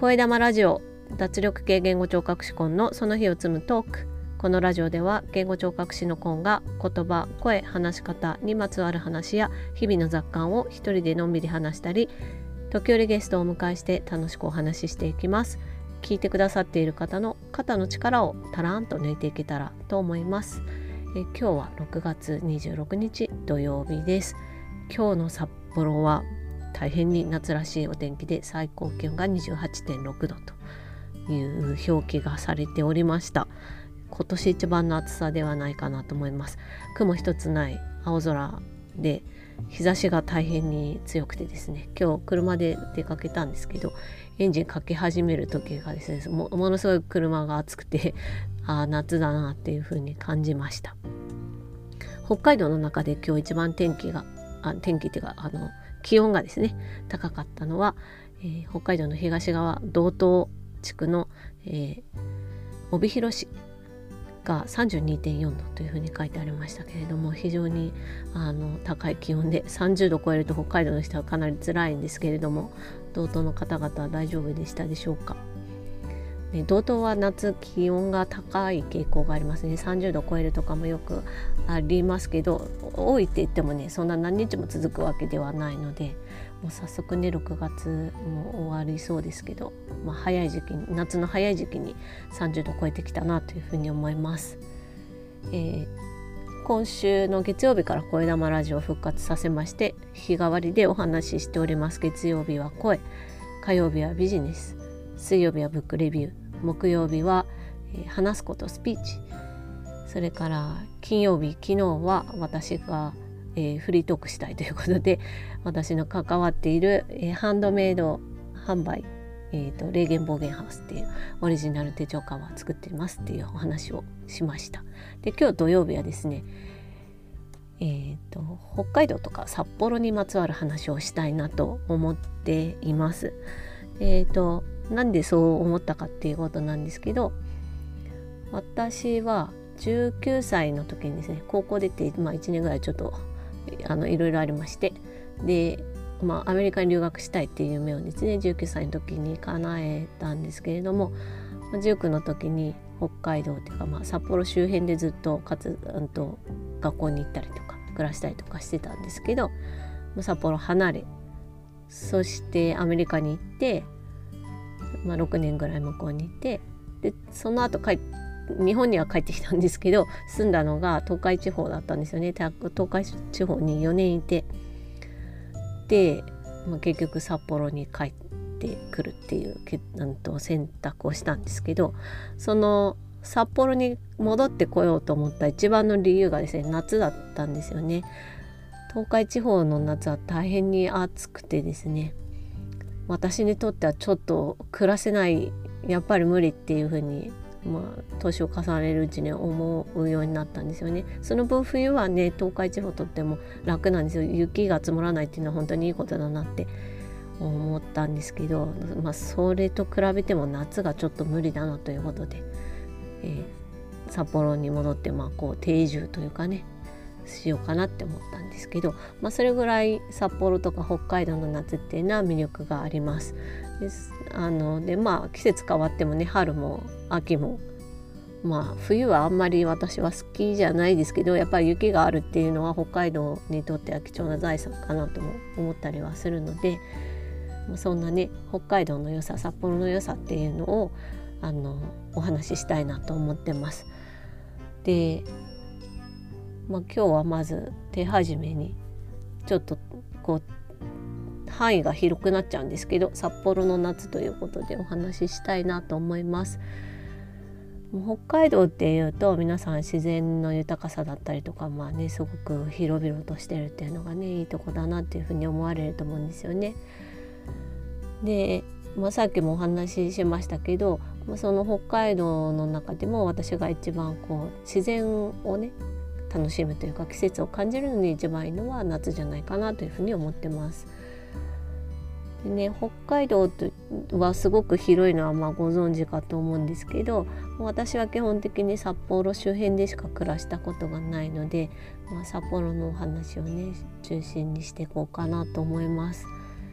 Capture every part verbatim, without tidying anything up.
声玉ラジオ、脱力系言語聴覚士コンのその日を積むトーク。このラジオでは言語聴覚士のコンが言葉、声、話し方にまつわる話や日々の雑感を一人でのんびり話したり、時折ゲストをお迎えして楽しくお話ししていきます。聞いてくださっている方の肩の力をたらんと抜いていけたらと思います。え今日はろくがつにじゅうろくにち土曜日です。今日の札幌は大変に夏らしいお天気で、最高気温が にじゅうはちてんろくどという表記がされておりました。今年一番の暑さではないかなと思います。雲一つない青空で、日差しが大変に強くてですね、今日車で出かけたんですけど、エンジンかけ始める時がですね、も, ものすごい車が暑くてあ夏だなっていう風に感じました。北海道の中で今日一番天気があ天気っていうかあの気温がですね高かったのは、えー、北海道の東側道東地区の、えー、帯広市が さんじゅうにてんよんどというふうに書いてありましたけれども、非常にあの高い気温でさんじゅうど超えると北海道の人はかなり辛いんですけれども、道東の方々は大丈夫でしたでしょうか。ね、道東は夏気温が高い傾向がありますね。さんじゅうど超えるとかもよくありますけど、多いって言ってもねそんな何日も続くわけではないので、もう早速ねろくがつも終わりそうですけど、まあ、早い時期に夏の早い時期にさんじゅうど超えてきたなというふうに思います。えー、今週の月曜日から声玉ラジオを復活させまして、日替わりでお話ししております。月曜日は声、火曜日はビジネス、水曜日はブックレビュー、木曜日は、えー、話すことスピーチ、それから金曜日昨日は私が、えー、フリートークしたいということで、私の関わっている、えー、ハンドメイド販売、えーと、霊言暴言ハウスっていうオリジナル手帳カバー作っていますっていうお話をしました。で今日土曜日はですね、えーと、北海道とか札幌にまつわる話をしたいなと思っています。えーとなんでそう思ったかっていうことなんですけど、私はじゅうきゅうさいの時にですね、高校出て、まあ、いちねんぐらいちょっとあのいろいろありまして、で、まあ、アメリカに留学したいっていう夢をですねじゅうきゅうさいの時に叶えたんですけれども、じゅうきゅうの時に北海道っていうか、まあ、札幌周辺でずっとかつ、うん、と学校に行ったりとか暮らしたりとかしてたんですけど、札幌離れ、そしてアメリカに行って、まあ、ろくねんぐらい向こうにいて、でその後帰って日本には帰ってきたんですけど、住んだのが東海地方だったんですよね。東海地方によねんいて、で、まあ、結局札幌に帰ってくるっていうなんと選択をしたんですけど、その札幌に戻ってこようと思った一番の理由がですね、夏だったんですよね。東海地方の夏は大変に暑くてですね、私にとってはちょっと暮らせない、やっぱり無理っていう風に、まあ、年を重ねるうちに思うようになったんですよね。その分冬はね東海地方とっても楽なんですよ。雪が積もらないっていうのは本当にいいことだなって思ったんですけど、まあ、それと比べても夏がちょっと無理だなということで、えー、札幌に戻って、まあ、こう定住というかねしようかなって思ったんですけど、まあ、それぐらい札幌とか北海道の夏っていうのは魅力があります。であのでまあ季節変わってもね、春も秋も、まあ冬はあんまり私は好きじゃないですけど、やっぱり雪があるっていうのは北海道にとっては貴重な財産かなとも思ったりはするので、そんなね北海道の良さ、札幌の良さっていうのをあのお話ししたいなと思ってます。でまあ、今日はまず手始めにちょっとこう範囲が広くなっちゃうんですけど、札幌の夏ということでお話ししたいなと思います。北海道っていうと皆さん自然の豊かさだったりとか、まあねすごく広々としてるっていうのがねいいとこだなっていうふうに思われると思うんですよね。で、まあ、さっきもお話ししましたけど、その北海道の中でも私が一番こう自然をね楽しむというか季節を感じるのに一番いいのは夏じゃないかなというふうに思ってます。でね、北海道はすごく広いのはまあご存知かと思うんですけど、私は基本的に札幌周辺でしか暮らしたことがないので、まあ、札幌のお話をね中心にしていこうかなと思います。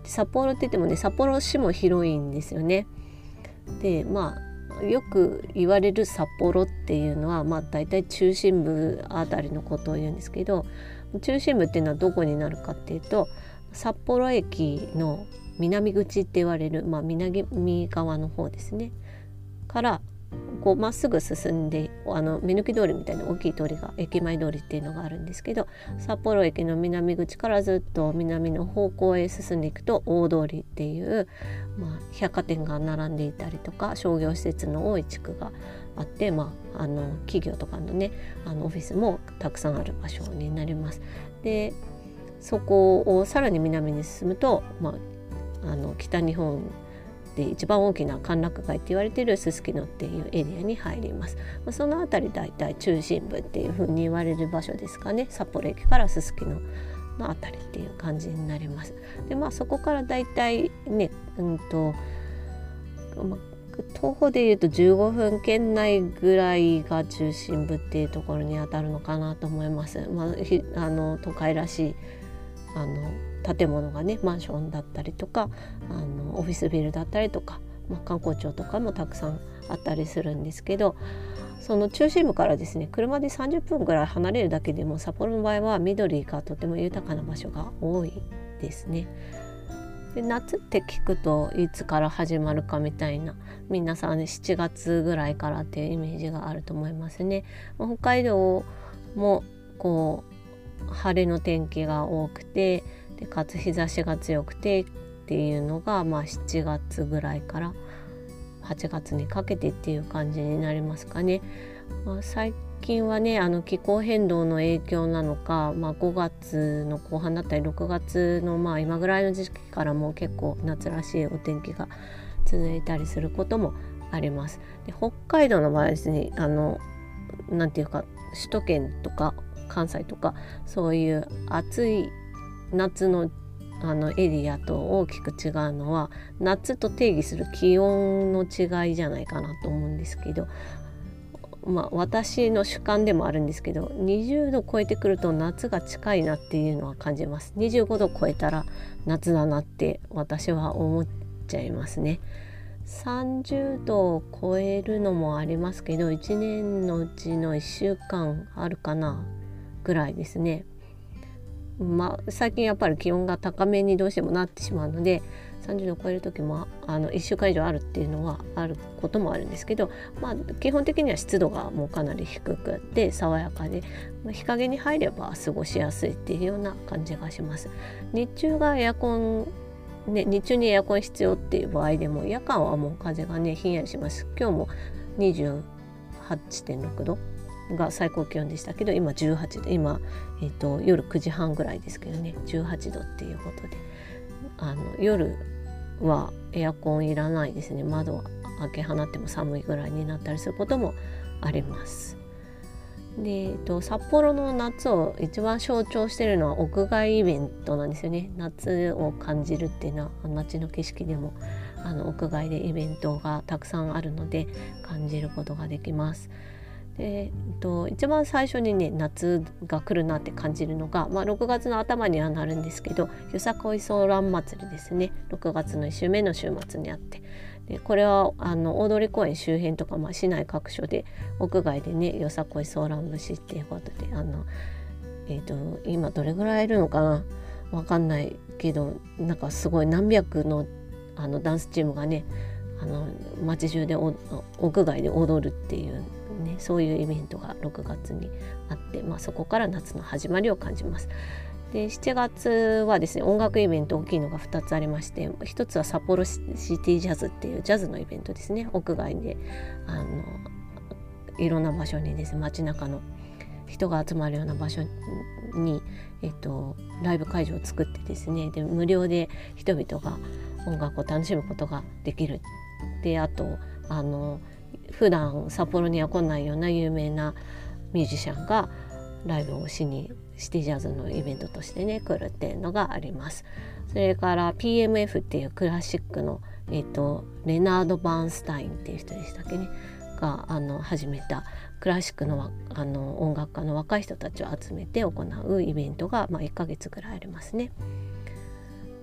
札幌って言ってもね、札幌市も広いんですよね。でまあよく言われる札幌っていうのは、まあ、大体中心部あたりのことを言うんですけど、中心部っていうのはどこになるかっていうと、札幌駅の南口って言われる、まあ、南側の方ですねからこうまっすぐ進んで、あの目抜き通りみたいな大きい通りが駅前通りっていうのがあるんですけど、札幌駅の南口からずっと南の方向へ進んでいくと大通りっていう、まあ、百貨店が並んでいたりとか商業施設の多い地区があって、まあ、あの企業とかのねあのオフィスもたくさんある場所になります。でそこをさらに南に進むと、まあ、あの北日本で一番大きな歓楽街って言われているすすきのっていうエリアに入ります。まあ、そのあたりだいたい中心部っていう風に言われる場所ですかね。札幌駅からすすきののあたりっていう感じになります。でまあそこからだいたいね、うんとまあ、徒歩でいうとじゅうごふん圏内ぐらいが中心部っていうところに当たるのかなと思います。まあ、あの都会らしいあの建物がねマンションだったりとかあのオフィスビルだったりとか、まあ、観光庁とかもたくさんあったりするんですけど、その中心部からですね車でさんじゅっぷんぐらい離れるだけでも札幌の場合は緑がとても豊かな場所が多いですね。で夏って聞くといつから始まるかみたいな、皆さんねしちがつぐらいからっていうイメージがあると思いますね。まあ、北海道もこう晴れの天気が多くて、でかつ日差しが強くてっていうのが、まあ、しちがつぐらいからはちがつにかけてっていう感じになりますかね。まあ、最近はねあの気候変動の影響なのか、まあ、ごがつの後半だったりろくがつのまあ今ぐらいの時期からも結構夏らしいお天気が続いたりすることもあります。で北海道の場合はですね、あのなんていうか首都圏とか関西とかそういう暑い夏のあのエリアと大きく違うのは、夏と定義する気温の違いじゃないかなと思うんですけど、まあ私の主観でもあるんですけど、にじゅうど超えてくると夏が近いなっていうのは感じます。にじゅうごど超えたら夏だなって私は思っちゃいますね。さんじゅうどを超えるのもありますけど、いちねんのうちのいっしゅうかんあるかなぐらいですね。まあ、最近やっぱり気温が高めにどうしてもなってしまうので、さんじゅうどを超える時もあのいっしゅうかん以上あるっていうのはあることもあるんですけど、まあ、基本的には湿度がもうかなり低くて爽やかで、まあ、日陰に入れば過ごしやすいっていうような感じがします。日中がエアコンね、日中にエアコン必要っていう場合でも夜間はもう風がねひんやりします。今日も にじゅうはちてんろくどが最高気温でしたけど、今じゅうはちど、今、えーと、夜くじはんぐらいですけどねじゅうはちどっていうことで、あの夜はエアコンいらないですね。窓を開け放っても寒いぐらいになったりすることもあります。で、えーと、札幌の夏を一番象徴しているのは屋外イベントなんですよね。夏を感じるっていうのは街の景色でもあの屋外でイベントがたくさんあるので感じることができます。でえっと、一番最初にね夏が来るなって感じるのが、まあ、ろくがつの頭にはなるんですけど、よさこいソーラン祭りですね。ろくがつのいっ週目の週末にあって、でこれはあの大通公園周辺とか、まあ、市内各所で屋外でねよさこいソーラン節っていうことで、あの、えっと、今どれぐらいいるのかなわかんないけど、なんかすごい何百の、あのダンスチームがねあの街中でお屋外で踊るっていうね、そういうイベントがろくがつにあって、まあ、そこから夏の始まりを感じます。でしちがつはですね音楽イベント大きいのがふたつありまして、ひとつは札幌シティジャズっていうジャズのイベントですね。屋外であのいろんな場所にですね街中の人が集まるような場所に、えっと、ライブ会場を作ってですね、で無料で人々が音楽を楽しむことができる。であとあの普段札幌には来ないような有名なミュージシャンがライブをしにシティジャズのイベントとしてね来るっていうのがあります。それから ピーエムエフ っていうクラシックの、えーと、レナード・バーンスタインっていう人でしたっけねがあの始めたクラシックの、あの音楽家の若い人たちを集めて行うイベントが、まあ、いっかげつぐらいありますね。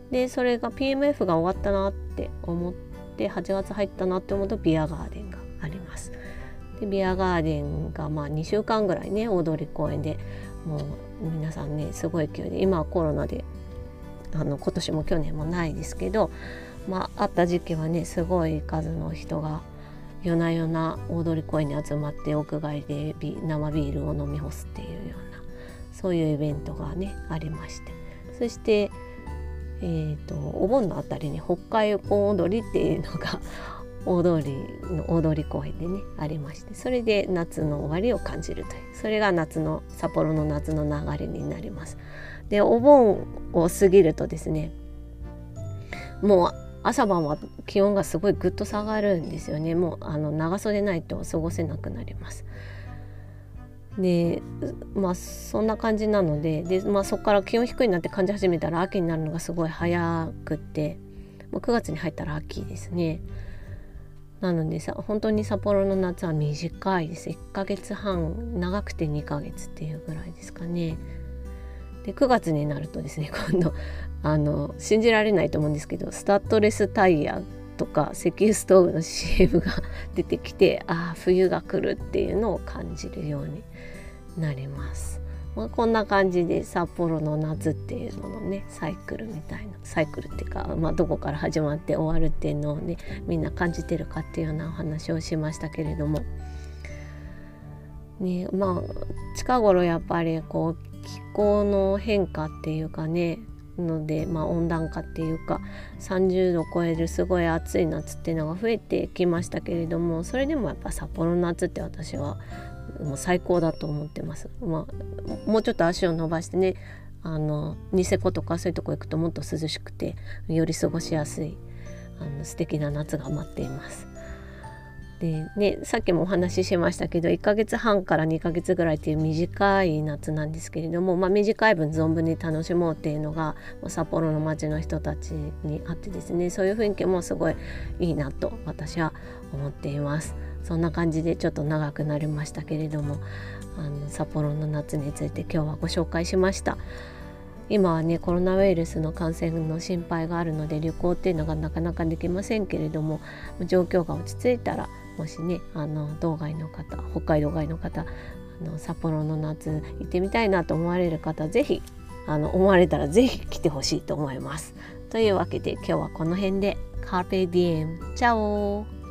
でそれが ピーエムエフ が終わったなって思ってはちがつ入ったなって思うとビアガーデンがあります。でビアガーデンがまあにしゅうかんぐらいね大通公園でもう皆さんねすごい勢いで、今はコロナであの今年も去年もないですけど、まああった時期はねすごい数の人が夜な夜な大通公園に集まって屋外でビ生ビールを飲み干すっていうようなそういうイベントがねありまして、そしてえーとお盆のあたりに北海盆踊りっていうのが大通りの大通公園でねありまして、それで夏の終わりを感じるという、それが夏の札幌の夏の流れになります。でお盆を過ぎるとですね、もう朝晩は気温がすごいぐっと下がるんですよね。もうあの長袖ないと過ごせなくなります。でまあそんな感じなので、で、まあ、そこから気温低いなって感じ始めたら秋になるのがすごい早くって、もうくがつに入ったら秋ですね。なのでさ本当に札幌の夏は短いです。いっかげつはん、長くてにかげつっていうぐらいですかね。でくがつになるとですね、今度あの信じられないと思うんですけど、スタッドレスタイヤとか石油ストーブの シーエム が出てきて、ああ冬が来るっていうのを感じるようになります。まあ、こんな感じで札幌の夏っていうののねサイクルみたいな、サイクルっていうか、まあ、どこから始まって終わるっていうのをねみんな感じてるかっていうようなお話をしましたけれども、ね、まあ近頃やっぱりこう気候の変化っていうかねので、まあ、温暖化っていうかさんじゅうどを超えるすごい暑い夏っていうのが増えてきましたけれども、それでもやっぱ札幌の夏って私はもう最高だと思ってます。まあ、もうちょっと足を伸ばしてね、あのニセコとかそういうとこ行くともっと涼しくてより過ごしやすいあの素敵な夏が待っています。でね、さっきもお話ししましたけどいっかげつはんからにかげつぐらいっていう短い夏なんですけれども、まあ、短い分存分に楽しもうっていうのが札幌の街の人たちにあってですね、そういう雰囲気もすごいいいなと私は思っています。そんな感じでちょっと長くなりましたけれども、あの札幌の夏について今日はご紹介しました。今はねコロナウイルスの感染の心配があるので旅行っていうのがなかなかできませんけれども、状況が落ち着いたらもしねあの道外の方、北海道外の方、あの札幌の夏行ってみたいなと思われる方、ぜひあの思われたらぜひ来てほしいと思います。というわけで今日はこの辺でカーペディエムチャオ。